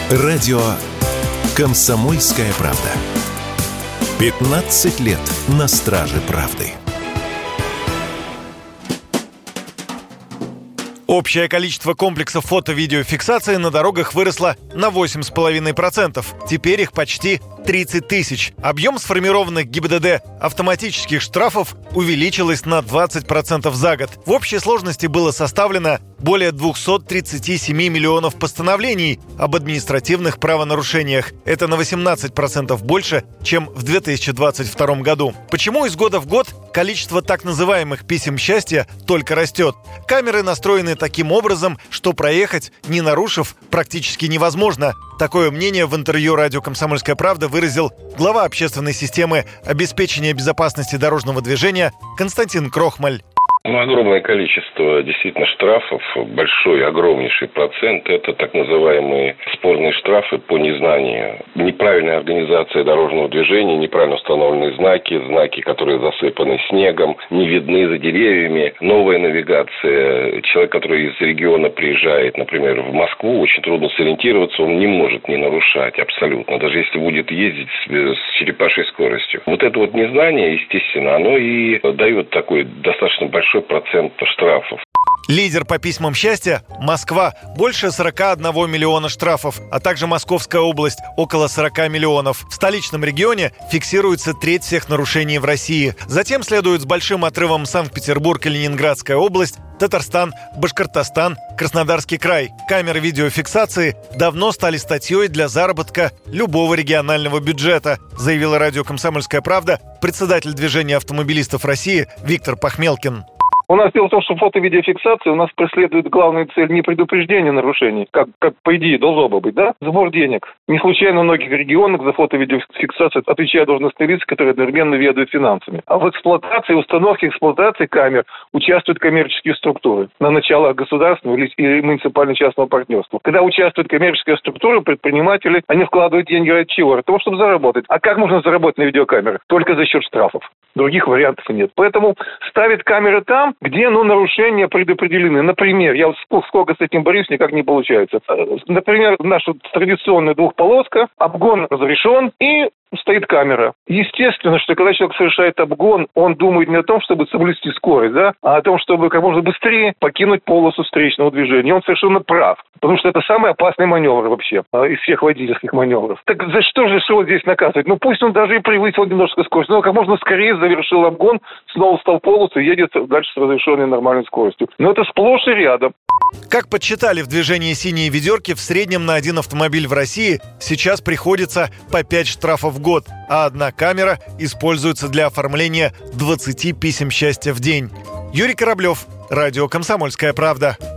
Радио «Комсомольская правда». 15 лет на страже правды. Общее количество комплексов фото-видеофиксации на дорогах выросло на 8,5%. Теперь их почти 30 тысяч. Объем сформированных ГИБДД автоматических штрафов увеличилось на 20% за год. В общей сложности было составлено более 237 миллионов постановлений об административных правонарушениях. Это на 18% больше, чем в 2022 году. Почему из года в год количество так называемых писем счастья только растет? Камеры настроены таким образом, что проехать, не нарушив, практически невозможно. Такое мнение в интервью радио «Комсомольская правда» выразил глава общественной системы обеспечения безопасности дорожного движения Константин Крохмаль. Огромное количество действительно штрафов, большой, огромнейший процент – это так называемые спорные штрафы по незнанию. Неправильная организация дорожного движения, неправильно установленные знаки, которые засыпаны снегом, не видны за деревьями, новая навигация. Человек, который из региона приезжает, например, в Москву, очень трудно сориентироваться, он не может не нарушать абсолютно, даже если будет ездить с черепашьей скоростью. Вот это вот незнание, естественно, оно и дает такой достаточно большой процент штрафов. Лидер по письмам счастья – Москва, больше 41 миллиона штрафов, а также Московская область – около 40 миллионов. В столичном регионе фиксируется треть всех нарушений в России. Затем следуют с большим отрывом Санкт-Петербург и Ленинградская область, Татарстан, Башкортостан, Краснодарский край. Камеры видеофиксации давно стали статьей для заработка любого регионального бюджета, заявила радио «Комсомольская правда» председатель движения автомобилистов России Виктор Пахмелкин. У нас дело в том, что фото-видеофиксация у нас преследует главную цель не предупреждения нарушений, как по идее должно бы быть, да? Сбор денег. Не случайно в многих регионах за фото-видеофиксацию отвечают должностные лица, которые одновременно ведают финансами. А в эксплуатации, установке эксплуатации камер участвуют коммерческие структуры на началах государственного или муниципально-частного партнерства. Когда участвует коммерческая структура, предприниматели, они вкладывают деньги ради чего? Ради того, чтобы заработать. А как можно заработать на видеокамерах? Только за счет штрафов. Других вариантов нет. Поэтому ставят камеры там, где, нарушения предопределены. Например, я вот сколько с этим борюсь, никак не получается. Например, наша традиционная двухполоска, обгон разрешен и стоит камера. Естественно, что когда человек совершает обгон, он думает не о том, чтобы соблюсти скорость, да, а о том, чтобы как можно быстрее покинуть полосу встречного движения. И он совершенно прав. Потому что это самый опасный маневр вообще из всех водительских маневров. Так за что же его здесь наказывать? Пусть он даже и превысил немножко скорость, но как можно скорее завершил обгон, снова встал в полосу и едет дальше с разрешенной нормальной скоростью. Но это сплошь и рядом. Как подсчитали в движении «Синие ведерки», в среднем на один автомобиль в России сейчас приходится по 5 штрафов в год, а одна камера используется для оформления 20 писем счастья в день. Юрий Кораблев, радио «Комсомольская правда».